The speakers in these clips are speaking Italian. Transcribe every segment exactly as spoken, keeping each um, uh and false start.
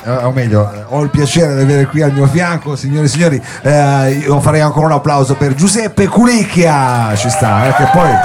o meglio, ho il piacere di avere qui al mio fianco, signore e signori, eh, io farei ancora un applauso per Giuseppe Culicchia, ci sta, eh, che poi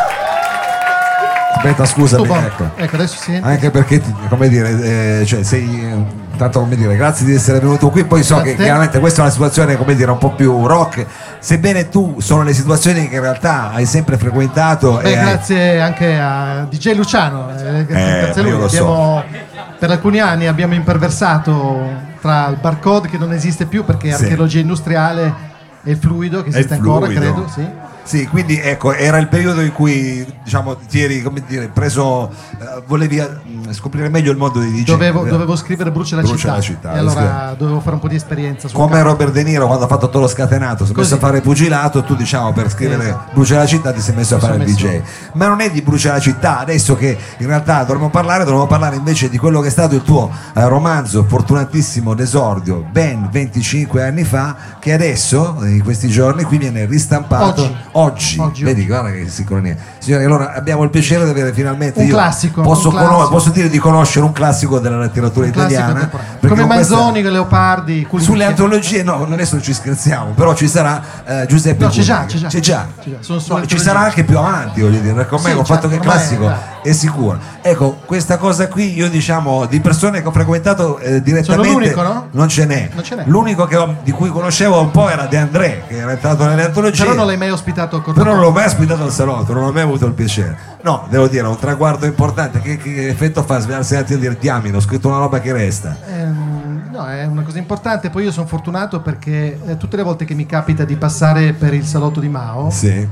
aspetta, scusami, ecco. Ecco, adesso sì. Anche perché, come dire, eh, cioè sei tanto, come dire, grazie di essere venuto qui. Poi so che chiaramente questa è una situazione, come dire, un po' più rock, sebbene tu sono le situazioni che in realtà hai sempre frequentato. Beh, e grazie hai... anche a D J Luciano, eh, eh, grazie a lui. Io lo abbiamo, so. Per alcuni anni abbiamo imperversato tra il barcode, che non esiste più perché è sì. archeologia industriale, e il fluido, che esiste ancora, credo, sì. Sì, quindi ecco, era il periodo in cui, diciamo, ti eri, come dire, preso, uh, volevi uh, scoprire meglio il mondo dei D J. Dovevo, dovevo scrivere Brucia la Brucia città, la città, e allora dovevo fare un po' di esperienza sul come campo. Robert De Niro quando ha fatto Toro Scatenato, si è messo a fare pugilato, tu diciamo per scrivere esatto. Brucia la città ti sei messo a fare il D J. Ma non è di Brucia la città, adesso che in realtà dovremmo parlare, dovremmo parlare invece di quello che è stato il tuo uh, romanzo fortunatissimo d'esordio ben venticinque anni fa, che adesso, in questi giorni qui, viene ristampato oggi, oggi. oggi. Vedi, guarda che sincronia. Signori, allora abbiamo il piacere di avere finalmente un io classico, posso, un classico. Conos- posso dire di conoscere un classico della letteratura un italiana come Manzoni, questa... Leopardi, Culicchia. Sulle antologie no, adesso non ci scherziamo, però ci sarà eh, Giuseppe no, c'è già, c'è già, c'è già. C'è già. Sono No, ci sarà anche più avanti, voglio dire, con me sì, ho fatto che classico è, è sicuro. Ecco, questa cosa qui io diciamo di persone che ho frequentato eh, direttamente sono l'unico, no? non ce n'è, non ce n'è. L'unico che ho, di cui conoscevo un po' era De André, che era entrato nelle antologie, però non l'hai mai ospitato a però non l'ho mai ospitato al salotto, non ho mai avuto il piacere. No, devo dire, è un traguardo importante. Che, che effetto fa svegliarsi a dire diamine, ho scritto una roba che resta? Ehm, no, è una cosa importante. Poi io sono fortunato perché eh, tutte le volte che mi capita di passare per il salotto di Mao, sì.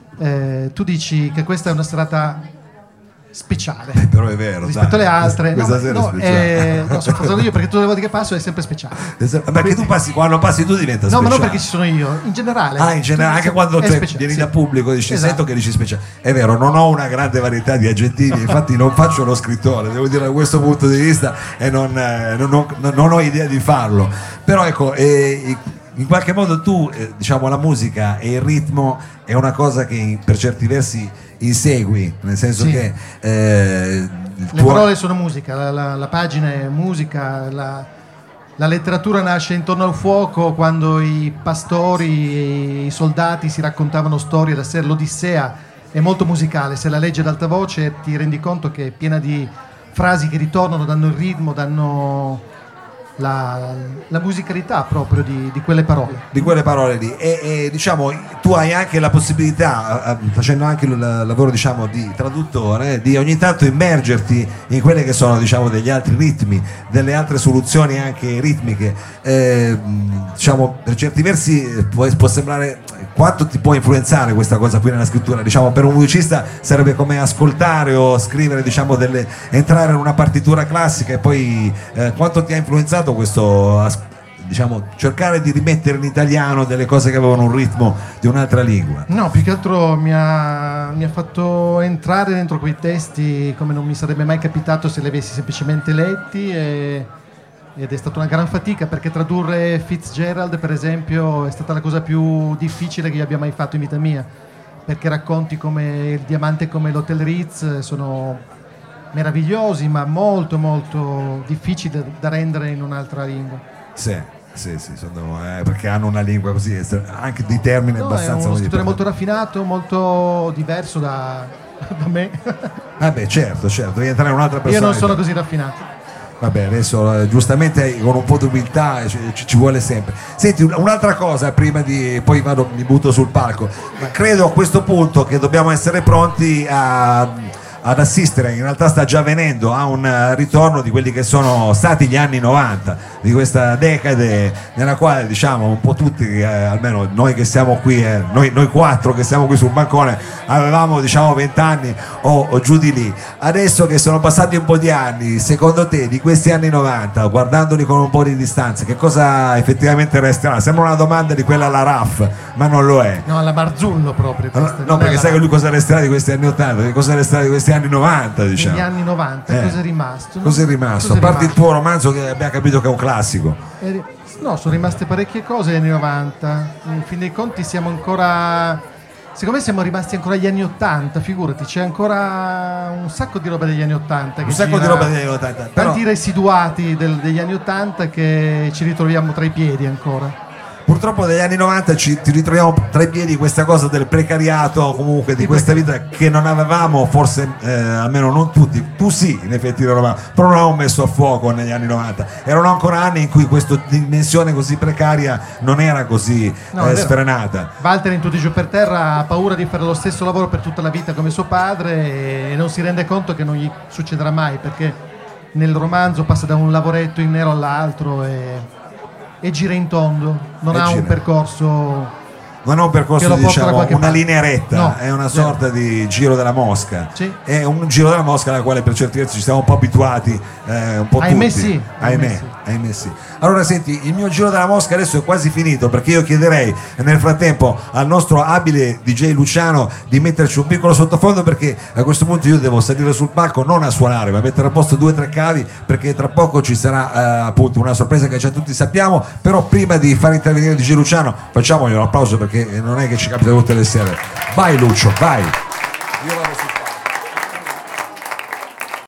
eh, tu dici che questa è una serata speciale, eh, però è vero rispetto dai, alle altre. questa no, sera no, è speciale. Eh, no, sono fortunato io perché tutte le volte che passo è sempre speciale. Perché Quindi... tu passi, quando passi tu diventa no, speciale. ma non perché ci sono io, in generale. Ah, in generale, anche quando te speciale, vieni sì. da pubblico dici esatto. Sento che dici speciale. È vero, non ho una grande varietà di aggettivi, infatti non faccio lo scrittore, devo dire da questo punto di vista, e non, eh, non, ho, non ho idea di farlo. Però ecco, eh, in qualche modo tu, eh, diciamo, la musica e il ritmo è una cosa che per certi versi insegui, nel senso sì. che eh, le tuo... parole sono musica, la, la, la pagina è musica, la, la letteratura nasce intorno al fuoco quando i pastori e i soldati si raccontavano storie da sera. L'Odissea è molto musicale, se la leggi ad alta voce ti rendi conto che è piena di frasi che ritornano, danno il ritmo, danno La, la musicalità proprio di, di quelle parole di quelle parole lì e, e diciamo tu hai anche la possibilità, facendo anche il lavoro diciamo di traduttore, di ogni tanto immergerti in quelle che sono diciamo degli altri ritmi, delle altre soluzioni anche ritmiche, eh, diciamo per certi versi può, può sembrare quanto ti può influenzare questa cosa qui nella scrittura. Diciamo per un musicista sarebbe come ascoltare o scrivere, diciamo delle, entrare in una partitura classica, e poi eh, quanto ti ha influenzato questo, diciamo, cercare di rimettere in italiano delle cose che avevano un ritmo di un'altra lingua? No, più che altro mi ha, mi ha fatto entrare dentro quei testi come non mi sarebbe mai capitato se li avessi semplicemente letti, e, ed è stata una gran fatica, perché tradurre Fitzgerald per esempio è stata la cosa più difficile che io abbia mai fatto in vita mia, perché racconti come Il diamante come l'Hotel Ritz sono meravigliosi, ma molto molto difficili da, da rendere in un'altra lingua. Sì, sì, sì, sono, eh, perché hanno una lingua così, anche di termini no, abbastanza. È uno scrittore molto raffinato, molto diverso da, da me. Ah beh, certo, certo, devi entrare in un'altra persona. Io non sono così raffinato. Vabbè, adesso eh, giustamente con un po' di umiltà ci, ci vuole sempre. Senti, un'altra cosa prima di poi vado, mi butto sul palco. Credo a questo punto che dobbiamo essere pronti a ad assistere, in realtà sta già avvenendo, a un ritorno di quelli che sono stati gli anni novanta, di questa decade nella quale diciamo un po' tutti, eh, almeno noi che siamo qui, eh, noi, noi quattro che siamo qui sul bancone, avevamo diciamo vent'anni o, o giù di lì. Adesso che sono passati un po' di anni, secondo te di questi anni novanta, guardandoli con un po' di distanza, che cosa effettivamente resterà? Sembra una domanda di quella alla Raff, ma non lo è. No, alla Marzullo proprio. No, no, perché sai che lui cosa resterà di questi anni ottanta, che cosa resterà di questi anni novanta, diciamo. Negli anni novanta, eh. cosa è rimasto? Cosa è rimasto? A parte il tuo romanzo che abbiamo capito che è un classico. Eh, no, sono rimaste parecchie cose negli anni novanta. In fin dei conti siamo ancora Secondo me siamo rimasti ancora agli anni ottanta, figurati, c'è ancora un sacco di roba degli anni ottanta. Un sacco gira, di roba degli anni ottanta. Tanti Però residuati del, degli anni ottanta che ci ritroviamo tra i piedi ancora. purtroppo negli anni novanta ci, ti ritroviamo tra i piedi questa cosa del precariato, comunque di questa vita che non avevamo, forse eh, almeno non tutti, tu sì in effetti lo avevamo, però non avevamo messo a fuoco negli anni novanta. Erano ancora anni in cui questa dimensione così precaria non era così no, eh, sfrenata. Walter in Tutti giù per terra ha paura di fare lo stesso lavoro per tutta la vita come suo padre e non si rende conto che non gli succederà mai, perché nel romanzo passa da un lavoretto in nero all'altro e e gira in tondo, non e ha gira. un percorso non è un percorso, diciamo, una parte. linea retta, no, è una zero. sorta di giro della mosca. Sì. È un giro della mosca alla quale per certi versi ci siamo un po' abituati, eh, un po' Ahimè tutti. sì, Ahimè, ahimè sì. ahimè sì. Allora senti, il mio giro della mosca adesso è quasi finito, perché io chiederei nel frattempo al nostro abile D J Luciano di metterci un piccolo sottofondo, perché a questo punto io devo salire sul palco non a suonare, ma a mettere a posto due o tre cavi, perché tra poco ci sarà eh, appunto una sorpresa che già tutti sappiamo. Però prima di far intervenire D J Luciano facciamogli un applauso, perché non è che ci capita tutte le sere. Vai Lucio, vai. Io vado su